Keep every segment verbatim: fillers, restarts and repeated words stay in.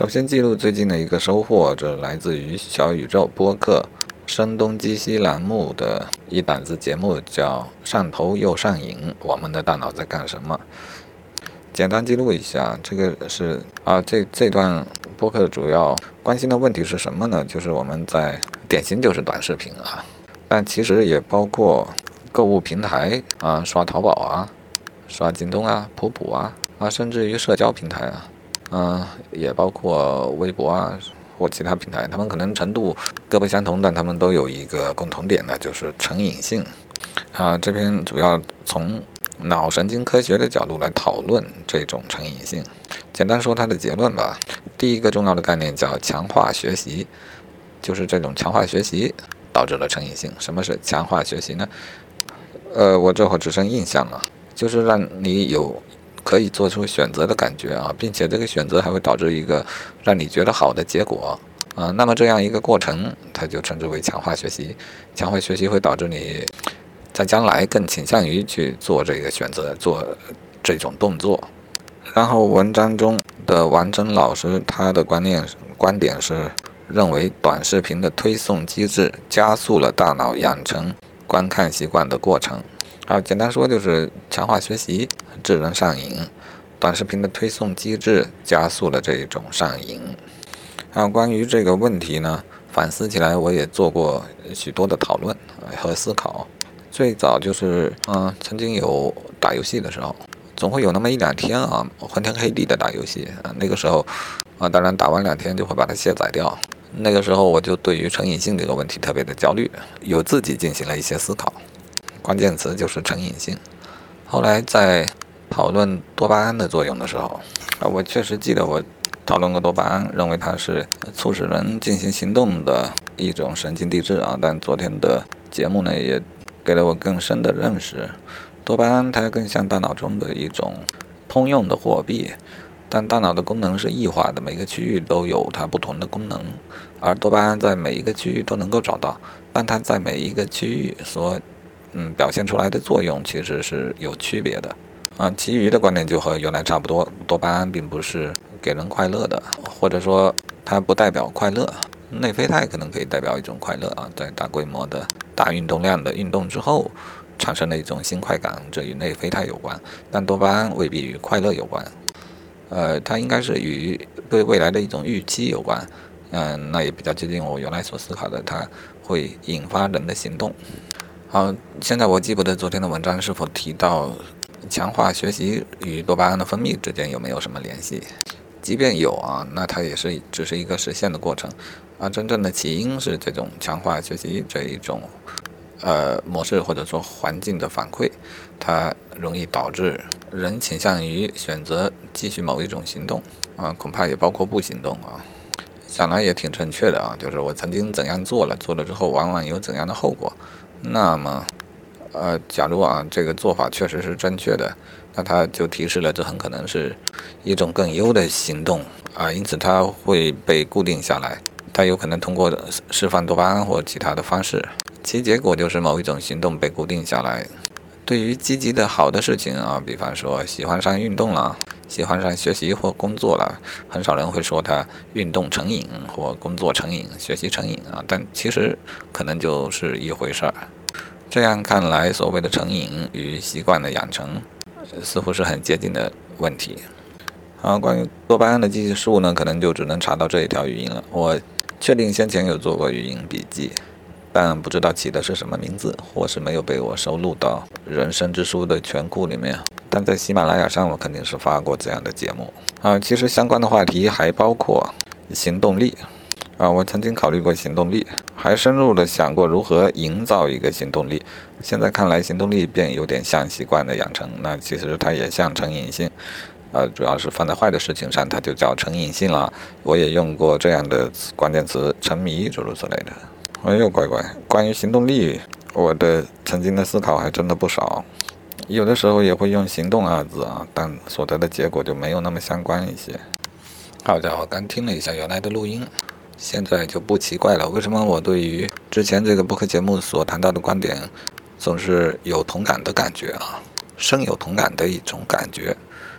首先记录最近的一个收获，这来自于小宇宙播客声东击西栏目的一档子节目，叫上头又上瘾，我们的大脑在干什么？简单记录一下，这个是啊，这这段播客主要关心的问题是什么呢？就是我们在典型就是短视频啊，但其实也包括购物平台啊，刷淘宝啊，刷京东啊、普普啊啊，甚至于社交平台啊。嗯，也包括微博啊或其他平台，他们可能程度各不相同，但他们都有一个共同点呢，就是成瘾性。啊，这篇主要从脑神经科学的角度来讨论这种成瘾性。简单说它的结论吧，第一个重要的概念叫强化学习，就是这种强化学习导致了成瘾性。什么是强化学习呢？呃，我这会儿只剩印象了，就是让你有可以做出选择的感觉啊，并且这个选择还会导致一个让你觉得好的结果啊。那么这样一个过程，它就称之为强化学习。强化学习会导致你在将来更倾向于去做这个选择，做这种动作。然后文章中的王峥老师他的观念观点是认为短视频的推送机制加速了大脑养成观看习惯的过程。啊，简单说就是强化学习致人上瘾，短视频的推送机制加速了这种上瘾。啊，关于这个问题呢，反思起来我也做过许多的讨论和思考。最早就是嗯，曾经有打游戏的时候，总会有那么一两天啊，昏天黑地的打游戏啊，那个时候啊，当然打完两天就会把它卸载掉。那个时候我就对于成瘾性这个问题特别的焦虑，有自己进行了一些思考。关键词就是成瘾性。后来在讨论多巴胺的作用的时候，啊，我确实记得我讨论过多巴胺，认为它是促使人进行行动的一种神经递质啊。但昨天的节目呢，也给了我更深的认识。多巴胺它更像大脑中的一种通用的货币，但大脑的功能是异化的，每个区域都有它不同的功能，而多巴胺在每一个区域都能够找到，但它在每一个区域所嗯，表现出来的作用其实是有区别的啊。其余的观点就和原来差不多，多巴胺并不是给人快乐的，或者说它不代表快乐。内啡肽可能可以代表一种快乐啊，在大规模的大运动量的运动之后产生的一种新快感，这与内啡肽有关，但多巴胺未必与快乐有关。呃，它应该是与对未来的一种预期有关。嗯，那也比较接近我原来所思考的，它会引发人的行动。好，现在我记不得昨天的文章是否提到强化学习与多巴胺的分泌之间有没有什么联系。即便有啊，那它也是只是一个实现的过程啊。真正的起因是这种强化学习这一种呃模式或者说环境的反馈，它容易导致人倾向于选择继续某一种行动啊，恐怕也包括不行动啊。想来也挺正确的啊，就是我曾经怎样做了，做了之后往往有怎样的后果。那么，呃，假如啊这个做法确实是正确的，那它就提示了这很可能是一种更优的行动啊，因此它会被固定下来。它有可能通过释放多巴胺或其他的方式，其结果就是某一种行动被固定下来。对于积极的好的事情啊，比方说喜欢上运动了，喜欢上学习或工作了，很少人会说他运动成瘾或工作成瘾、学习成瘾啊，但其实可能就是一回事儿。这样看来，所谓的成瘾与习惯的养成似乎是很接近的问题。啊，关于多巴胺的技术呢，可能就只能查到这一条语音了。我确定先前有做过语音笔记，但不知道起的是什么名字，或是没有被我收录到人生之书的全库里面。但在喜马拉雅上我肯定是发过这样的节目啊。其实相关的话题还包括行动力啊，我曾经考虑过行动力，还深入的想过如何营造一个行动力。现在看来行动力便有点像习惯的养成，那其实它也像成瘾性啊，主要是放在坏的事情上它就叫成瘾性了。我也用过这样的关键词，沉迷诸如此类的。哎呦乖乖，关于行动力我的曾经的思考还真的不少，有的时候也会用行动二字啊，但所得的结果就没有那么相关一些。好家伙，刚听了一下原来的录音，现在就不奇怪了，为什么我对于之前这个播客节目所谈到的观点总是有同感的感觉啊，深有同感的一种感觉。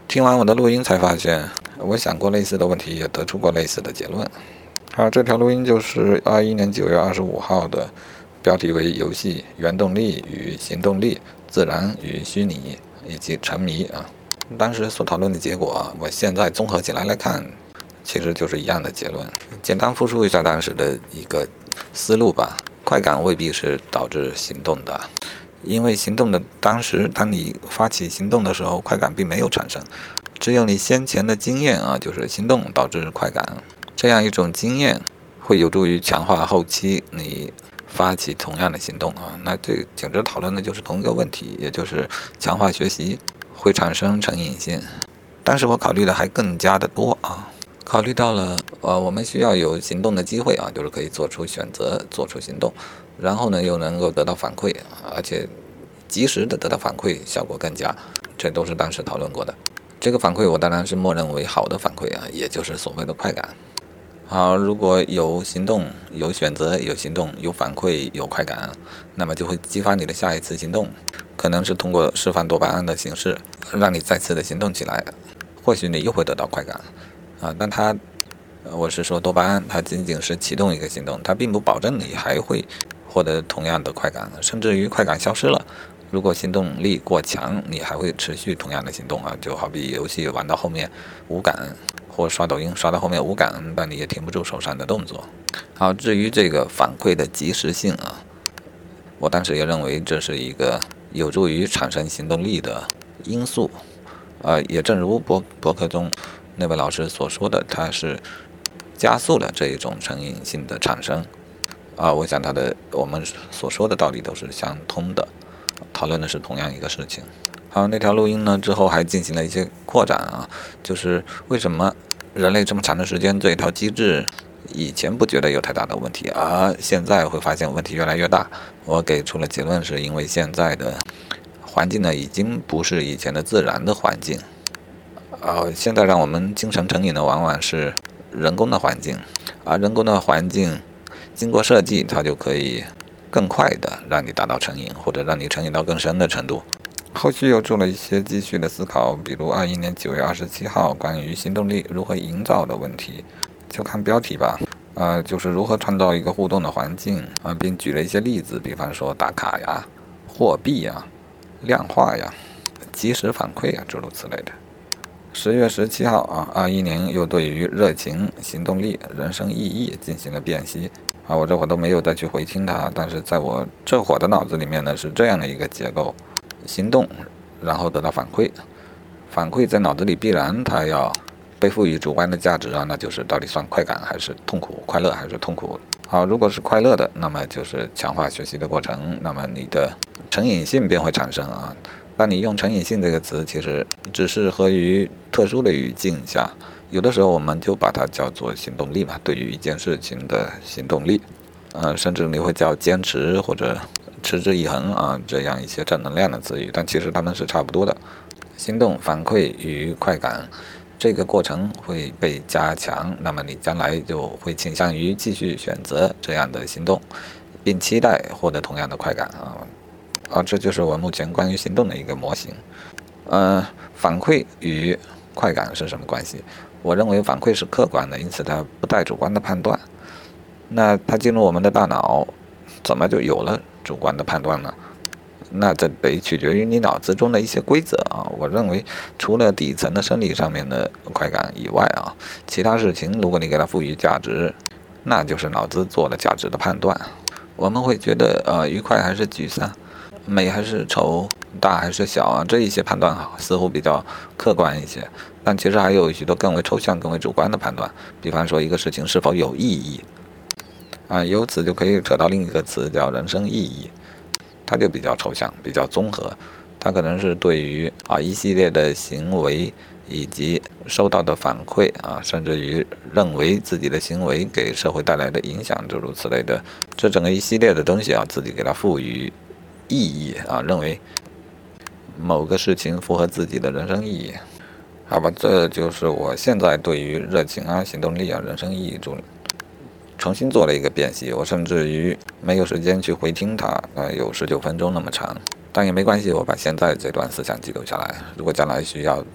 听完我的录音才发现，我想过类似的问题，也得出过类似的结论。好，这条录音就是二一年九月二十五号的，标题为游戏原动力与行动力、自然与虚拟以及沉迷啊。当时所讨论的结果，我现在综合起来来看，其实就是一样的结论。简单复述一下当时的一个思路吧。快感未必是导致行动的，因为行动的当时，当你发起行动的时候，快感并没有产生，只有你先前的经验啊，就是行动导致快感。这样一种经验会有助于强化后期你发起同样的行动啊。那这简直讨论的就是同一个问题，也就是强化学习会产生成瘾性。但是我考虑的还更加的多啊，考虑到了呃我们需要有行动的机会啊，就是可以做出选择，做出行动，然后呢又能够得到反馈，而且及时的得到反馈，效果更佳，这都是当时讨论过的。这个反馈我当然是默认为好的反馈啊，也就是所谓的快感。好，如果有行动、有选择、有行动、有反馈、有快感，那么就会激发你的下一次行动，可能是通过释放多巴胺的形式，让你再次的行动起来，或许你又会得到快感啊。但它，我是说多巴胺，它仅仅是启动一个行动，它并不保证你还会获得同样的快感，甚至于快感消失了，如果行动力过强，你还会持续同样的行动啊。就好比游戏玩到后面无感，或刷抖音刷到后面无感，但你也停不住手上的动作。好，至于这个反馈的及时性啊，我当时也认为这是一个有助于产生行动力的因素。呃，也正如博博客中那位老师所说的，它是加速了这一种成瘾性的产生。啊，我想他的我们所说的道理都是相通的，讨论的是同样一个事情。好，那条录音呢之后还进行了一些扩展啊，就是为什么人类这么长的时间这一套机制以前不觉得有太大的问题，而现在会发现问题越来越大。我给出了结论，是因为现在的环境呢已经不是以前的自然的环境，呃，现在让我们精神成瘾的往往是人工的环境，而人工的环境经过设计，它就可以更快的让你达到成瘾，或者让你成瘾到更深的程度。后续又做了一些继续的思考，比如二一年九月二十七号关于行动力如何营造的问题，就看标题吧。呃，就是如何创造一个互动的环境啊、呃，并举了一些例子，比方说打卡呀、货币呀、量化呀、及时反馈呀，诸如此类的。十月十七号啊，二一年又对于热情、行动力、人生意义进行了辨析啊，我这会儿都没有再去回听它，但是在我这会儿的脑子里面呢是这样的一个结构。行动，然后得到反馈，反馈在脑子里必然它要被赋予主观的价值啊，那就是到底算快感还是痛苦，快乐还是痛苦。好，如果是快乐的，那么就是强化学习的过程，那么你的成瘾性便会产生啊。当你用成瘾性这个词，其实只适合于特殊的语境下，有的时候我们就把它叫做行动力嘛，对于一件事情的行动力，呃，甚至你会叫坚持或者持之以恒啊，这样一些正能量的词语，但其实它们是差不多的。行动反馈与快感这个过程会被加强，那么你将来就会倾向于继续选择这样的行动，并期待获得同样的快感啊啊，这就是我目前关于行动的一个模型。呃，反馈与快感是什么关系？我认为反馈是客观的，因此它不带主观的判断。那它进入我们的大脑，怎么就有了主观的判断呢？那这得取决于你脑子中的一些规则啊。我认为除了底层的生理上面的快感以外啊，其他事情如果你给它赋予价值，那就是脑子做了价值的判断。我们会觉得呃愉快还是沮丧，美还是丑，大还是小啊，这一些判断似乎比较客观一些，但其实还有许多更为抽象、更为主观的判断。比方说一个事情是否有意义啊，由此就可以扯到另一个词叫人生意义。它就比较抽象，比较综合，它可能是对于啊一系列的行为以及受到的反馈啊，甚至于认为自己的行为给社会带来的影响，诸如此类的，这整个一系列的东西啊，自己给它赋予意义啊，认为某个事情符合自己的人生意义。好吧，这就是我现在对于热情啊、行动力啊、人生意义中重新做了一个辨析，我甚至于没有时间去回听它，呃，有十九分钟那么长，但也没关系，我把现在这段思想记录下来。如果将来需要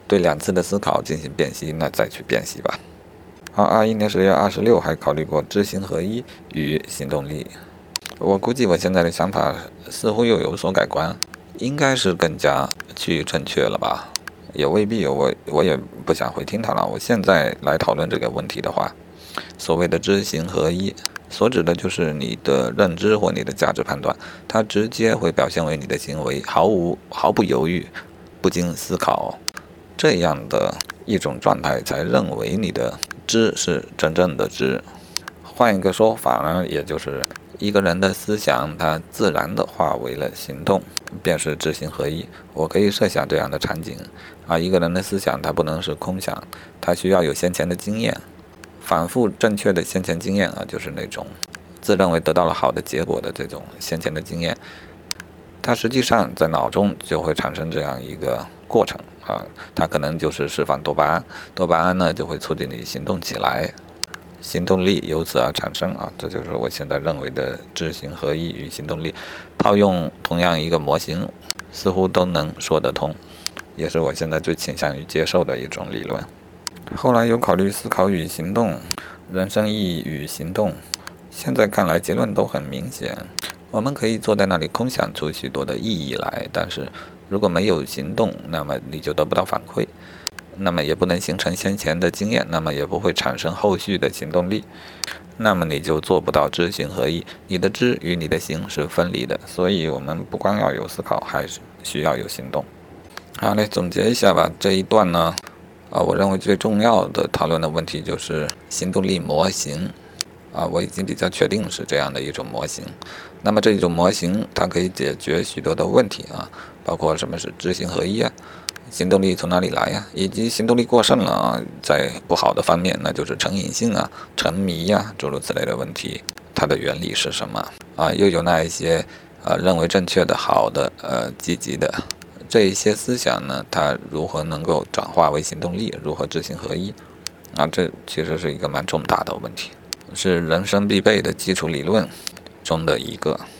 对两次的思考进行辨析，那再去辨析吧。好，二一年十月二十六还考虑过知行合一与行动力。我估计我现在的想法似乎又有所改观，应该是更加趋于正确了吧？也未必，我我也不想回听它了。我现在来讨论这个问题的话，所谓的知行合一，所指的就是你的认知或你的价值判断，它直接会表现为你的行为，毫无毫不犹豫，不经思考，这样的一种状态才认为你的知是真正的知。换一个说法呢，也就是一个人的思想，它自然的化为了行动，便是知行合一。我可以设想这样的场景啊，一个人的思想它不能是空想，它需要有先前的经验，反复正确的先前经验啊，就是那种自认为得到了好的结果的这种先前的经验，它实际上在脑中就会产生这样一个过程啊，它可能就是释放多巴胺，多巴胺呢就会促进你行动起来，行动力由此而产生啊，这就是我现在认为的知行合一与行动力。套用同样一个模型，似乎都能说得通，也是我现在最倾向于接受的一种理论。后来有考虑思考与行动，人生意义与行动，现在看来结论都很明显。我们可以坐在那里空想出许多的意义来，但是如果没有行动，那么你就得不到反馈，那么也不能形成先前的经验，那么也不会产生后续的行动力，那么你就做不到知行合一，你的知与你的行是分离的。所以我们不光要有思考，还是需要有行动。好，来总结一下吧。这一段呢，啊，我认为最重要的讨论的问题就是行动力模型。啊，我已经比较确定是这样的一种模型。那么这种模型它可以解决许多的问题啊，包括什么是知行合一啊，行动力从哪里来呀、啊，以及行动力过剩了啊，在不好的方面，那就是成瘾性啊、沉迷呀、啊，诸如此类的问题，它的原理是什么啊？又有那一些呃认为正确的、好的、呃积极的这一些思想呢，它如何能够转化为行动力？如何知行合一？啊，这其实是一个蛮重大的问题，是人生必备的基础理论中的一个。